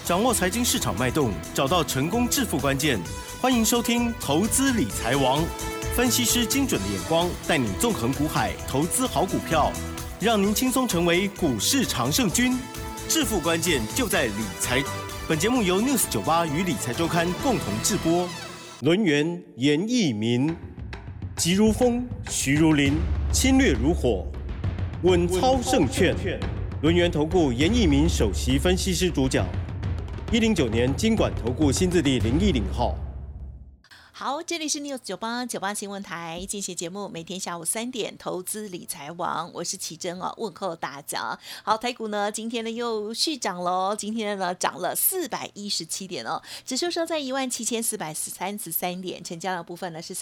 掌握财经市场脉动，找到成功致富关键。欢迎收听《投资理财王》，分析师精准的眼光，带你纵横股海，投资好股票，让您轻松成为股市常胜军。致富关键就在理财。本节目由 News 98与理财周刊共同制播。轮源严义民，急如风，徐如林，侵略如火，稳操胜券。轮源投顾严义民首席分析师主讲。109年金管投顾新字第010号。 好，这里是 News 98新闻台进行节目，每天下午3点投资理财王，我是奇珍哦，问候大家。好，台股呢今天呢又续涨喽，今天呢涨了417点哦，指数收在17433点，成交量部分呢是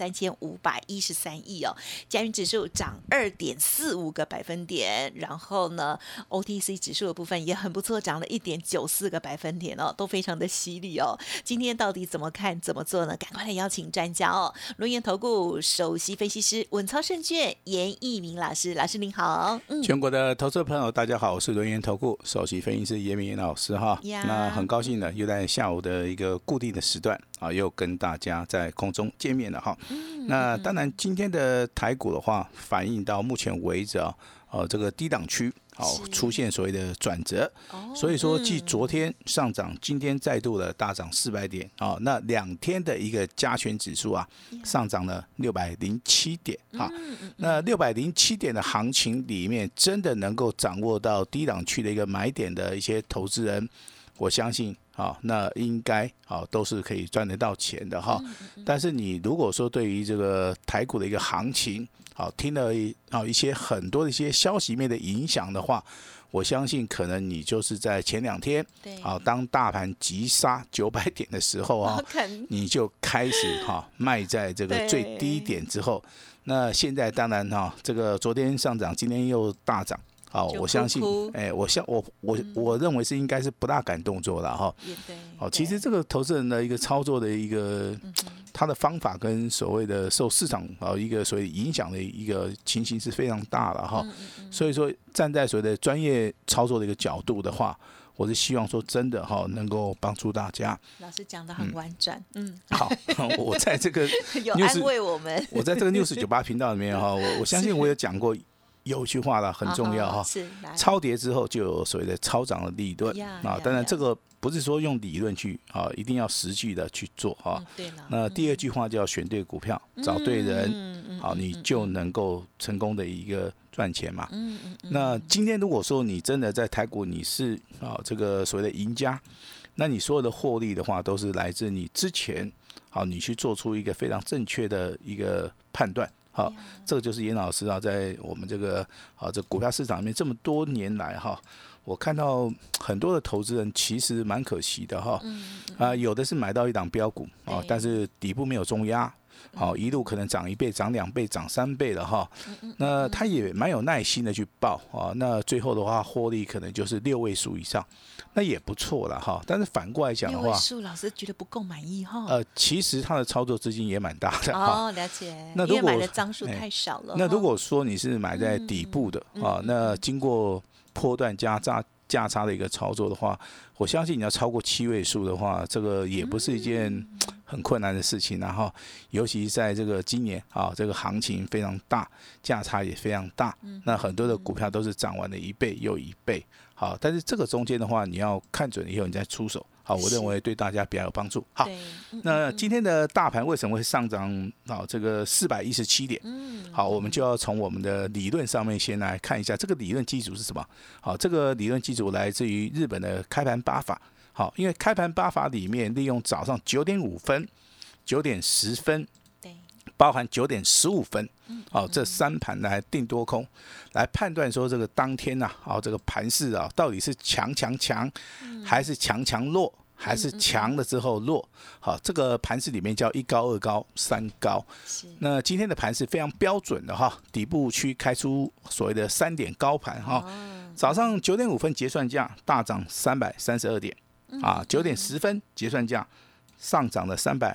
3513亿哦，加权指数涨2.45个百分点，然后呢 OTC 指数的部分也很不错，涨了1.94个百分点哦，都非常的犀利哦。今天到底怎么看怎么做呢？赶快来邀请专家哦，轮源投顾首席分析师稳操胜券严义民老师，老师您好。 全国的投资朋友大家好，我是轮源投顾首席分析师严明老师哈。那很高兴呢，又在下午的一个固定的时段啊，又跟大家在空中见面了哈。那当然今天的台股的话，反映到目前为止这个低档区。出现所谓的转折，所以说继昨天上涨，今天再度的大涨400点那2天的一个加权指数上涨了607点那607点的行情里面，真的能够掌握到低档区的一个买点的一些投资人，我相信那应该都是可以赚得到钱的但是你如果说对于这个台股的一个行情，听了一些很多的一些消息面的影响的话，我相信可能你就是在前2天，当大盘急杀900点的时候你就开始卖在这个最低点之后，那现在当然这个昨天上涨，今天又大涨。我相信，我认为是应该是不大敢动作了其实这个投资人的一个操作的一个他的方法跟所谓的受市场一个所谓影响的一个情形是非常大的所以说站在所谓的专业操作的一个角度的话，我是希望说真的能够帮助大家。 老师讲得很婉转， 好，我在这个有安慰我们。 我在这个 News 98频道里面我相信我有讲过。有一句话啦，很重要超跌之后就有所谓的超涨的理论当然这个不是说用理论去一定要实际的去做那第二句话叫选对股票，找对人你就能够成功的一个赚钱嘛那今天如果说你真的在台股你是这个所谓的赢家，那你所有的获利的话都是来自你之前你去做出一个非常正确的一个判断。这个就是严老师在我们这个这股票市场里面这么多年来我看到很多的投资人其实蛮可惜的有的是买到一档标股但是底部没有重压一路可能涨1倍、涨2倍、涨3倍了那他也蛮有耐心的去报那最后的话获利可能就是6位数以上，那也不错了但是反过来讲的话，6 位数老师觉得不够满意其实他的操作资金也蛮大的了解。那如果因为买的张数太少了那如果说你是买在底部的那经过波段价差的一个操作的话，我相信你要超过7位数的话，这个也不是一件很困难的事情尤其在这个今年这个行情非常大，价差也非常大那很多的股票都是涨完了1倍又1倍但是这个中间的话，你要看准以后你再出手我认为对大家比较有帮助那今天的大盘为什么会上涨这个417点我们就要从我们的理论上面先来看一下这个理论基础是什么这个理论基础来自于日本的开盘8法因为开盘8法里面利用早上9点5分、9点10分包含9点15分这3盘来定多空，来判断说这个当天这个盘势到底是强还是强弱，还是强了之后弱这个盘势里面叫1高2高3高那今天的盘势非常标准的底部区开出所谓的3点高盘早上9点5分结算价大涨332点9点10分结算价上涨了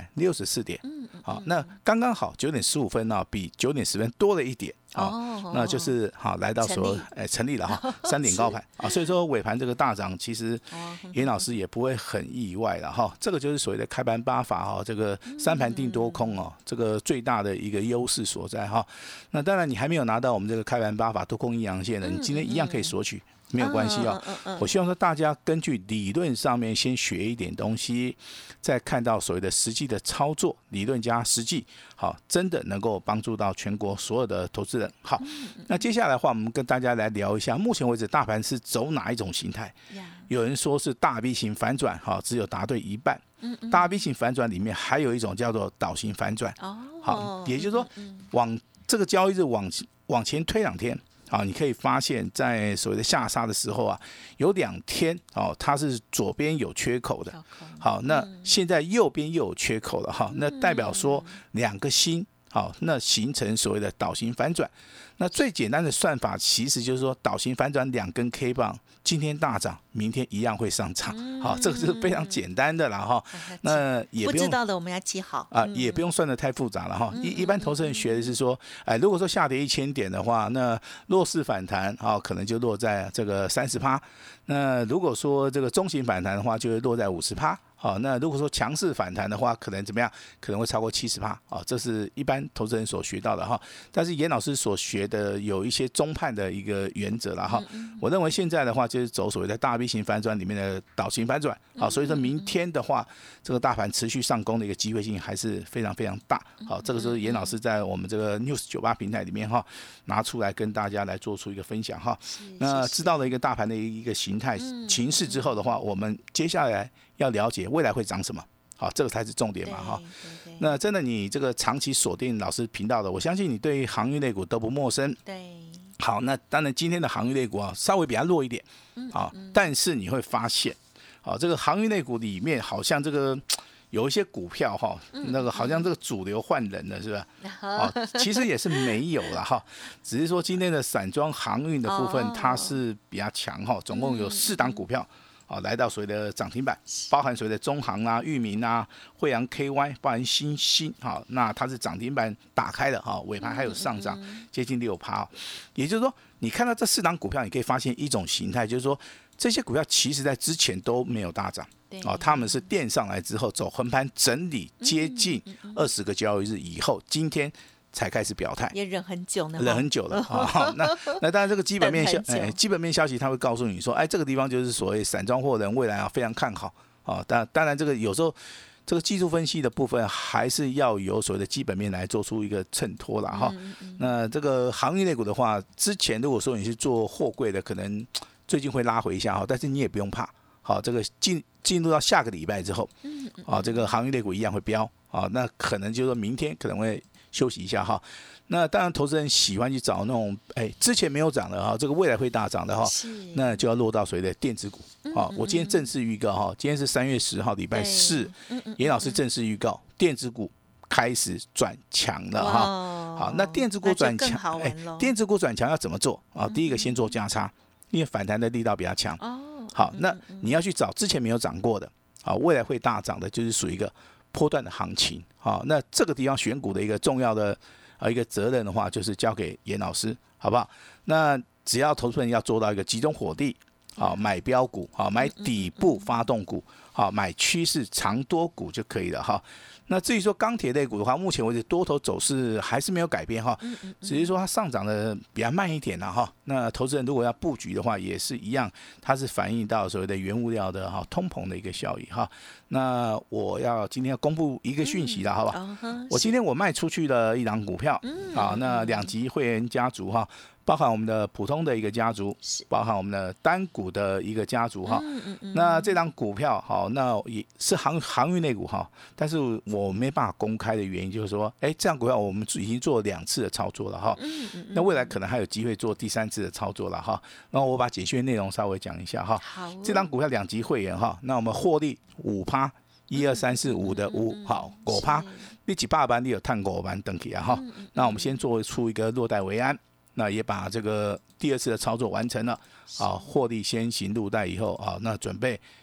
364点，好，那刚刚好9点15分呢，比9点10分多了一点。那就是好来到说，成立了哈，3点高盘啊，所以说尾盘这个大涨，其实严老师也不会很意外了哈。这个就是所谓的开盘8法哈，这个3盘定多空哦，这个最大的一个优势所在哈。那当然你还没有拿到我们这个开盘8法多空阴阳线的，你今天一样可以索取。没有关系我希望说大家根据理论上面先学一点东西，再看到所谓的实际的操作，理论加实际，好，真的能够帮助到全国所有的投资人。好，那接下来的话，我们跟大家来聊一下，目前为止大盘是走哪一种形态？有人说是大 V 型反转，好，只有答对一半。大 V 型反转里面还有一种叫做倒型反转，好，也就是说往这个交易日往前推2天。好，你可以发现，在所谓的下杀的时候啊，有2天它是左边有缺口的。好，那现在右边又有缺口了哈，那代表说2个星，好，那形成所谓的倒型反转。那最简单的算法其实就是说，倒型反转2根 K 棒，今天大涨，明天一样会上涨。好，这个是非常简单的啦哈。那也不用不知道的我们要记好也不用算得太复杂了哈。一般投资人学的是说，如果说下跌1000点的话，那弱势反弹可能就落在这个30%。那如果说这个中型反弹的话，就会落在50%。好，那如果说强势反弹的话，可能怎么样？可能会超过70%。这是一般投资人所学到的哈。但是严老师所学的有一些中判的一个原则了哈。我认为现在的话就是走所谓的大 V 型反转里面的倒型反转。好，所以说明天的话，这个大盘持续上攻的一个机会性还是非常非常大。好，这个是严老师在我们这个 News 98平台里面哈拿出来跟大家来做出一个分享哈。那知道了一个大盘的一个形态情势之后的话，我们接下来要了解未来会涨什么，好，这个才是重点嘛哈。那真的你这个长期锁定老师频道的，我相信你对航运类股都不陌生。 对。 好，那当然今天的航运类股稍微比较弱一点，但是你会发现，这个航运类股里面好像这个有一些股票那个好像这个主流换人了，是吧？其实也是没有了哈，只是说今天的散装航运的部分它是比较强哈，总共有4档股票。来到所谓的涨停板，包含所谓的中航啊、裕民啊、惠阳 KY， 包含新兴，那它是涨停板打开的尾盘还有上涨接近6%。也就是说，你看到这4档股票，你可以发现一种形态，就是说这些股票其实在之前都没有大涨，他们是垫上来之后走横盘整理，接近20个交易日以后，今天才开始表态， 也忍很久呢， 忍很久了那当然这个基本面消息，它会告诉你说，这个地方就是所谓散装货人未来非常看好当然这个有时候这个技术分析的部分还是要有所谓的基本面来做出一个衬托啦哈。那这个航运类股的话，之前如果说你是做货柜的，可能最近会拉回一下但是你也不用怕。好，这个进入到下个礼拜之后，这个航运类股一样会飙那可能就是说明天可能会休息一下哈。那当然投资人喜欢去找那种之前没有涨的这个未来会大涨的那就要落到所谓的电子股我今天正式预告今天是3月10号礼拜4，严老师正式预告电子股开始转强了好，那电子股转强，电子股转强要怎么做第一个先做价差，因为反弹的力道比较强好，那你要去找之前没有涨过的未来会大涨的，就是属于一个波段的行情那这个地方选股的一个重要的一个责任的话，就是交给严老师，好不好？那只要投资人要做到一个集中火力买标股买底部发动股买趋势长多股就可以了那至于说钢铁类股的话，目前为止多头走势还是没有改变只是说它上涨的比较慢一点那投资人如果要布局的话，也是一样，它是反映到所谓的原物料的通膨的一个效益那我今天要公布一个讯息了，好不好？我今天我卖出去了一档股票那2级会员家族包含我们的普通的一个家族，包含我们的单股的一个家族那这档股票那也是航运类股但是我没办法公开的原因就是说，这档股票我们已经做了2次的操作了那未来可能还有机会做第3次的操作了那我把简讯内容稍微讲一下这档股票2级会员那我们获利5%。1、2、3、4、5的5，好，5%，你几百万你有探5万等起那我们先做出一个落袋为安，那也把这个第2次的操作完成了获利先行入袋以后那准备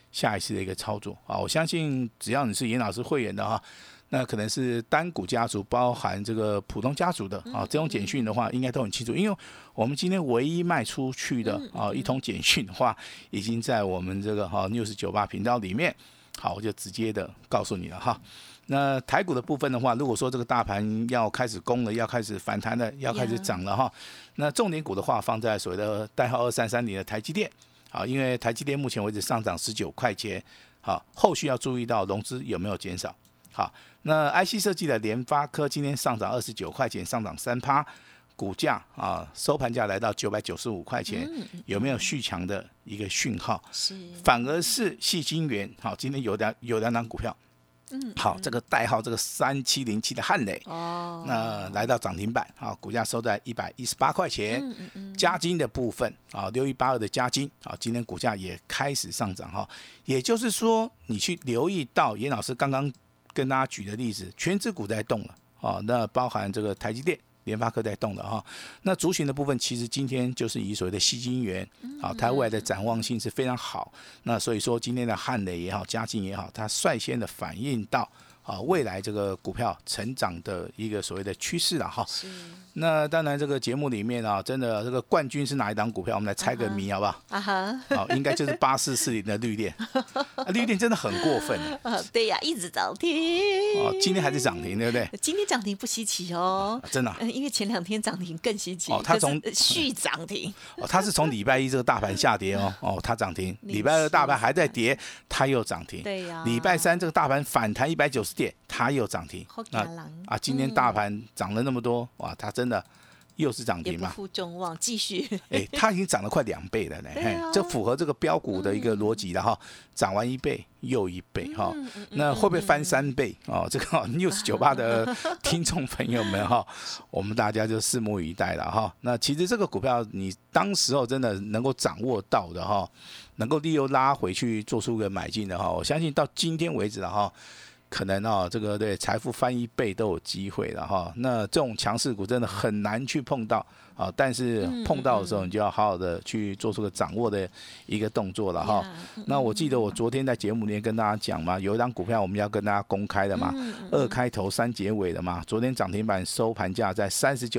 下一次的一个操作啊。我相信只要你是严老师会员的哈，那可能是单股家族，包含这个普通家族的啊，这种简讯的话，应该都很清楚。因为我们今天唯一卖出去的啊一通简讯的话，已经在我们这个News98频道里面，好，我就直接的告诉你了哈。那台股的部分的话，如果说这个大盘要开始攻了，要开始反弹了，要开始涨了哈，那重点股的话放在所谓的代号2330的台积电，好，因为台积电目前为止上涨19块钱，好，后续要注意到融资有没有减少。好，那 IC 设计的联发科今天上涨29块钱，上涨3%，股价啊收盘价来到995块钱，有没有续强的一个讯号？是，反而是矽晶圆，好，今天有两档股票。好，这个代号这个3707的汉磊，那来到涨停板，好，股价收在118块钱。嘉金的部分啊，6182的嘉金，啊，今天股价也开始上涨哈。也就是说，你去留意到严老师刚刚跟大家举的例子，全指股在动了啊，那包含这个台积电、联发科在动的哈。那族群的部分，其实今天就是以所谓的矽晶圆，好，它未来的展望性是非常好。那所以说，今天的汉磊也好，嘉金也好，它率先的反映到未来这个股票成长的一个所谓的趋势了哈。那当然，这个节目里面啊，真的这个冠军是哪一档股票？我们来猜个谜好不好？好，应该就是8440的绿电。绿电真的很过分。 对呀，一直涨停。 今天还是涨停，对不对？ 今天涨停不稀奇哦。 真的。 因为前2天涨停更稀奇。 它从续涨停。 它是从礼拜一这个大盘下跌它涨停。礼拜二大盘还在跌，它又涨停。 对呀。 礼拜三这个大盘反弹190点，它又涨停。今天大盘涨了那么多，哇，它真的又是涨停嘛？ 也不负众望，继续。 它已经涨了快2倍了呢，这符合这个标股的一个逻辑了哈，涨完1倍又1倍哈，那会不会翻3倍这个News98的听众朋友们哈，我们大家就拭目以待了哈。那其实这个股票你当时候真的能够掌握到的哈，能够利用拉回去做出个买进的哈，我相信到今天为止了哈。可能这个对财富翻1倍都有机会了哈。那这种强势股真的很难去碰到啊，但是碰到的时候，你就要好好的去做出个掌握的一个动作了哈。那我记得我昨天在节目里面跟大家讲嘛，有一档股票我们要跟大家公开的嘛，2开头3结尾的嘛，昨天涨停板收盘价在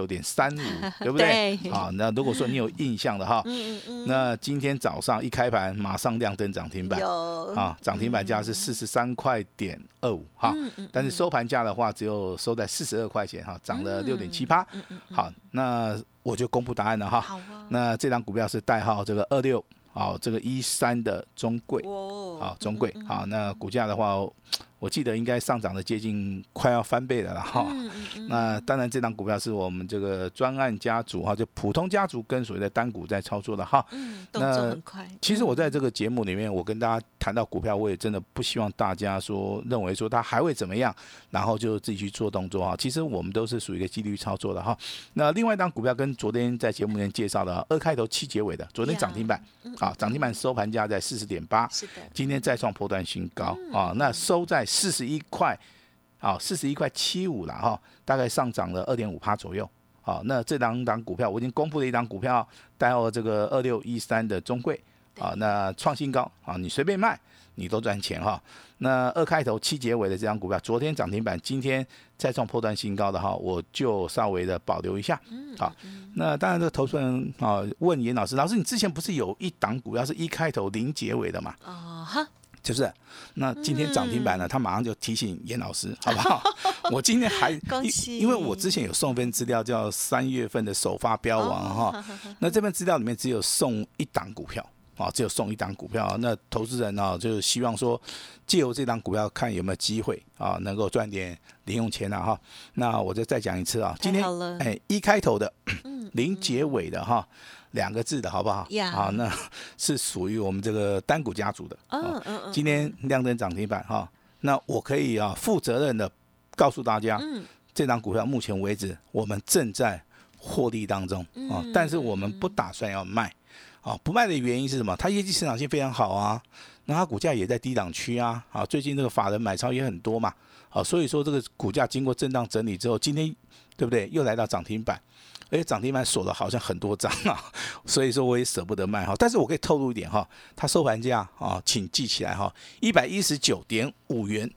39.35，对不对？好，那如果说你有印象的哈，那今天早上一开盘马上亮灯涨停板，啊，涨停板价是43.25块哈，但是收盘价的话只有收在42块钱哈，涨了6.78%。好，那我就公布答案了哈。那这张股票是代号这个26，好，这个13的中贵，好，中贵，好，那股价的话，我记得应该上涨的接近快要翻倍了啦哈。那当然，这档股票是我们这个专案家族哈，就普通家族跟所谓的单股在操作的哈。 动作很快。 其实我在这个节目里面，我跟大家谈到股票，我也真的不希望大家说认为说它还会怎么样，然后就自己去做动作哈。其实我们都是属于一个纪律操作的哈。那另外一档股票跟昨天在节目里面介绍的2开头7结尾的，昨天涨停板，好，涨停板收盘价在40.8，是的，今天再创波段新高啊，那收在41块，好，41块75啦哈，大概上涨了2.5%左右。好，那这档股票我已经公布了一档股票，代号这个2613的中贵，啊，那创新高啊，你随便卖你都赚钱哈。那2开头7结尾的这张股票，昨天涨停板，今天再创波段新高的哈，我就稍微的保留一下。好，那当然这个投资人啊问严老师，老师你之前不是有一档股票是1开头0结尾的嘛？就是，那今天涨停板了，他马上就提醒严老师，好不好？我今天还因为我之前有送份资料，叫3月份的首发标王哈，那这份资料里面只有送1档股票。只有送1档股票，那投资人就希望说借由这档股票看有没有机会能够赚点零用钱哈。那我就再讲一次今天1开头的0结尾的哈，2个字的好不好？好，那是属于我们这个单股家族的。今天亮灯涨停板哈，那我可以负责任的告诉大家，这档股票目前为止我们正在获利当中但是我们不打算要卖。不卖的原因是什么？它业绩成长性非常好啊。 那它股价也在低档区啊，最近这个法人买超也很多嘛，所以说这个股价经过震荡整理之后，今天对不对又来到涨停板，而且涨停板锁了好像很多张啊，所以说我也舍不得卖哈。但是我可以透露一点哈，它收盘价啊，请记起来哈，119.5元。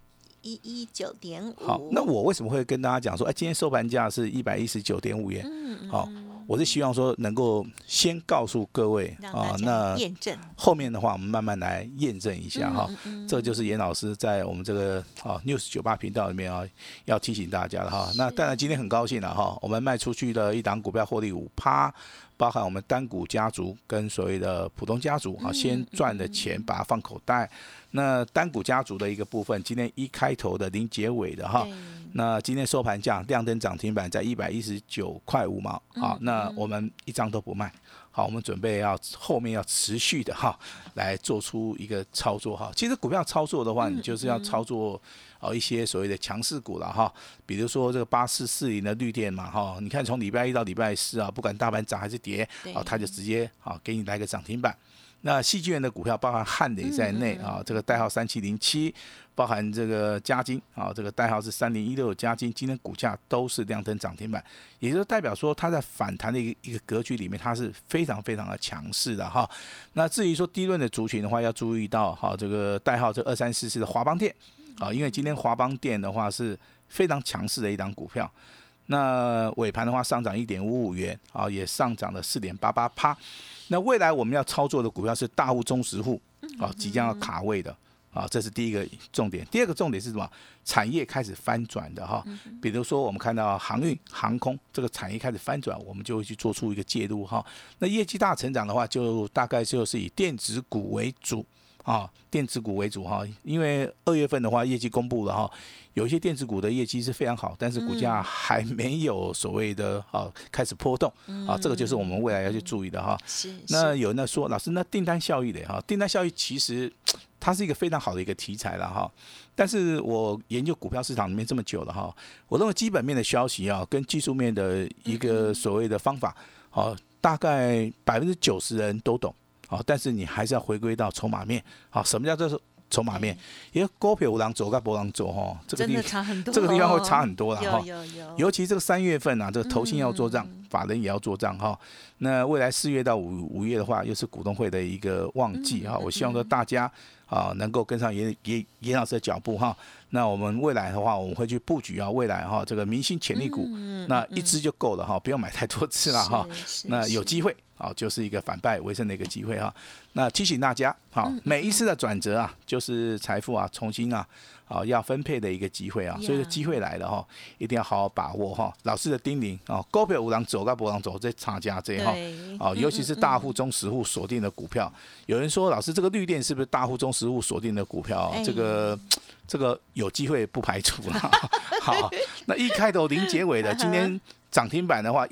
119.5。 好，那我为什么会跟大家讲说，今天收盘价是119.5元？好，我是希望说能够先告诉各位啊，那验证后面的话我们慢慢来验证一下哈。这就是严老师在我们这个News98频道里面啊，要提醒大家的哈。那当然今天很高兴了哈，我们卖出去的一档股票获利5%。包含我们单股家族跟所谓的普通家族先赚的钱把它放口袋。那单股家族的一个部分，今天1开头的0结尾的哈，那今天收盘价亮灯涨停板在119块5毛啊，那我们一张都不卖。好，我们准备后面要持续的哈来做出一个操作哈。其实股票操作的话，你就是要操作一些所谓的强势股了哈，比如说这个8440的绿电嘛哈，你看从礼拜1到礼拜4不管大盘涨还是跌它就直接给你来个涨停板。那矽晶圆的股票包含汉磊在内这个代号3707，包含这个嘉晶这个代号是3016的嘉晶，今天股价都是亮灯涨停板，也就是代表说它在反弹的一个格局里面，它是非常非常的强势的哈。那至于说低润的族群的话，要注意到这个代号这2344的华邦电因为今天华邦电的话是非常强势的一档股票。那尾盘的话上涨 1.55 元也上涨了 4.88%。那未来我们要操作的股票是大户中实户即将要卡位的这是第一个重点。第二个重点是什么？产业开始翻转的哈，比如说我们看到航运、航空这个产业开始翻转，我们就会去做出一个介入哈。那业绩大成长的话，就大概就是以电子股为主。电子股为主哈，因为2月份的话业绩公布了哈，有一些电子股的业绩是非常好，但是股价还没有所谓的开始波动这个就是我们未来要去注意的哈。那有人在说，老师，那订单效益的哈，订单效益其实它是一个非常好的一个题材了哈。但是我研究股票市场里面这么久了哈，我认为基本面的消息跟技术面的一个所谓的方法大概90%人都懂。但是你还是要回归到筹码面。什么叫做筹码面？因为股票有人走跟没人走这个地方差很多，这个地方会差很多了尤其这个3月份这个投信要做账，法人也要做账那未来4月到5月的话，又是股东会的一个旺季我希望说大家能够跟上严老师的脚步那我们未来的话，我们会去布局未来这个明星潜力股，那一支就够了不用买太多支了那有机会就是一个反败为胜的一个机会那提醒大家每一次的转折就是财富重新要分配的一个机会所以说机会来了一定要好好把握老师的叮咛股票有人走跟没人走，这差价这尤其是大户中实户锁定的股票。有人说，老师这个绿电是不是大户中实户锁定的股票这个有机会不排除了好，那1开头0结尾的今天涨停板的话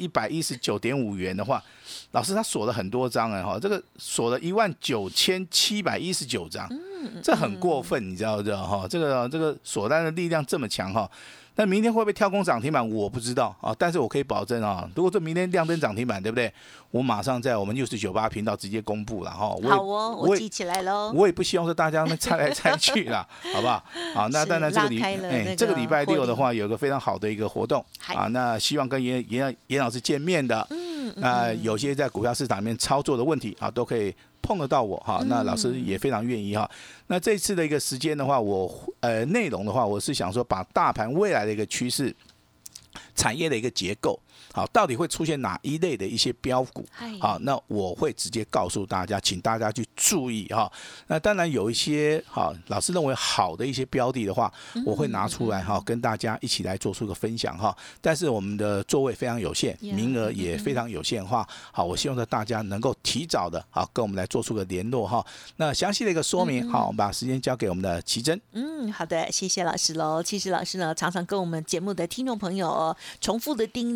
119.5元的话，老师他锁了很多张这个锁了19719张这很过分，你知道这个锁单的力量这么强那明天会不会跳空涨停板我不知道但是我可以保证如果这明天亮灯涨停板，对不对？我马上在我们News98频道直接公布了好我记起来了我也不希望说大家猜来猜去啦好不好？那当然这个礼拜6的话有个非常好的一个活动那希望跟严老师见面的有些在股票市场里面操作的问题都可以碰得到我那老师也非常愿意那这次的一个时间的话，内容的话，我是想说把大盘未来的一个趋势、产业的一个结构到底会出现哪一类的一些标股那我会直接告诉大家，请大家去注意那当然有一些老师认为好的一些标的的话，我会拿出来跟大家一起来做出个分享但是我们的座位非常有限，名额也非常有限我希望大家能够提早的跟我们来做出个联络那详细的一个说明我们把时间交给我们的奇珍。 好的，谢谢老师喽。其实老师呢常常跟我们节目的听众朋友重复的叮咛很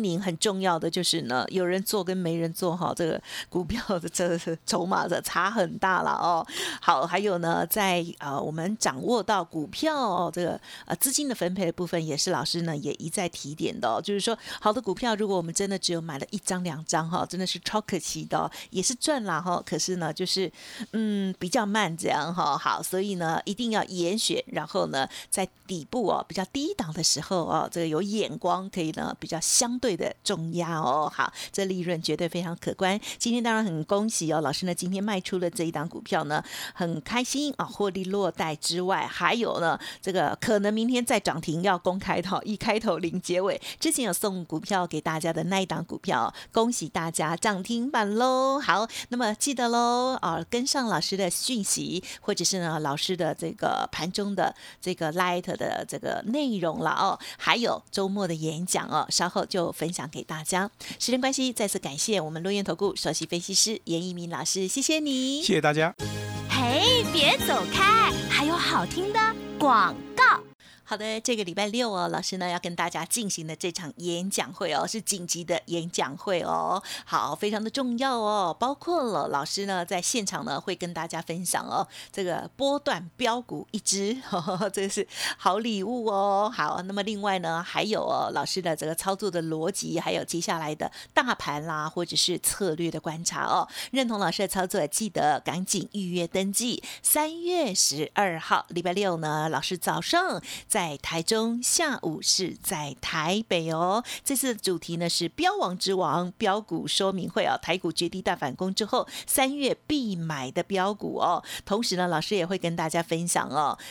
重要的就是呢，有人做跟没人做哈，这个股票的这个筹码的差很大了哦。好，还有呢，在我们掌握到股票这个资金的分配的部分，也是老师呢也一再提点的哦，就是说好的股票，如果我们真的只有买了1张2张哈，真的是超可惜的哦，也是赚啦哈，可是呢就是比较慢这样哈。好，所以呢一定要严选，然后呢在底部比较低档的时候这个有眼光，可以呢比较相对的重压哦。好，这利润绝对非常可观。今天当然很恭喜老师呢今天卖出了这一档股票呢，很开心获利落袋之外，还有呢这个可能明天再涨停要公开的1开头0结尾，之前有送股票给大家的那一档股票，恭喜大家涨停板喽。好，那么记得喽跟上老师的讯息，或者是呢老师的这个盘中的这个 Light 的这个内容了还有周末的演讲稍后就分享给大家。时间关系，再次感谢我们洛元投顾首席分析师严一鸣老师，谢谢你， 谢谢大家。 嘿，别走开，还有好听的广告。 好的，这个礼拜6老师呢要跟大家进行的这场演讲会是紧急的演讲会好，非常的重要包括了老师呢在现场呢会跟大家分享这个波段标股1支这个是好礼物好，那么另外呢还有老师的这个操作的逻辑，还有接下来的大盘啦，或者是策略的观察认同老师的操作，记得赶紧预约登记。3月12号礼拜6呢，老师早上在台中，下午是在台北这次的主题呢是标王之王标股说明会台股绝地大反攻之后3月必买的标股同时呢老师也会跟大家分享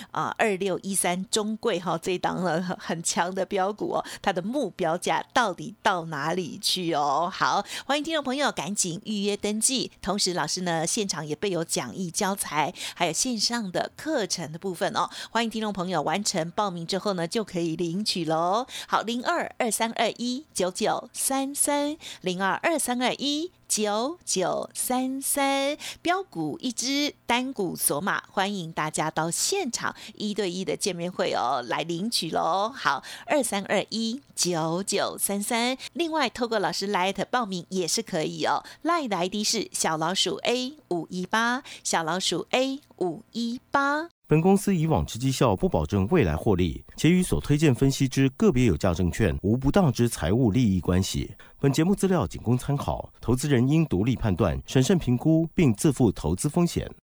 2613中贵这一档很强的标股它的目标价到底到哪里去好，欢迎听众朋友赶紧预约登记。同时老师呢现场也备有讲义教材，还有线上的课程的部分欢迎听众朋友完成报名之后呢就可以领取咯。好，0223219933 0223219933，标股1支，单股锁码，欢迎大家到现场1对1的见面会来领取咯。好，23219933，另外透过老师 Light 报名也是可以Light 的 ID 是小老鼠 A518， 小老鼠 A518。 本公司以往之绩效不保证未来获利，且与所推荐分析之个别有价证券无不当之财务利益关系。本节目资料仅供参考，投资人应独立判断、审慎评估，并自负投资风险。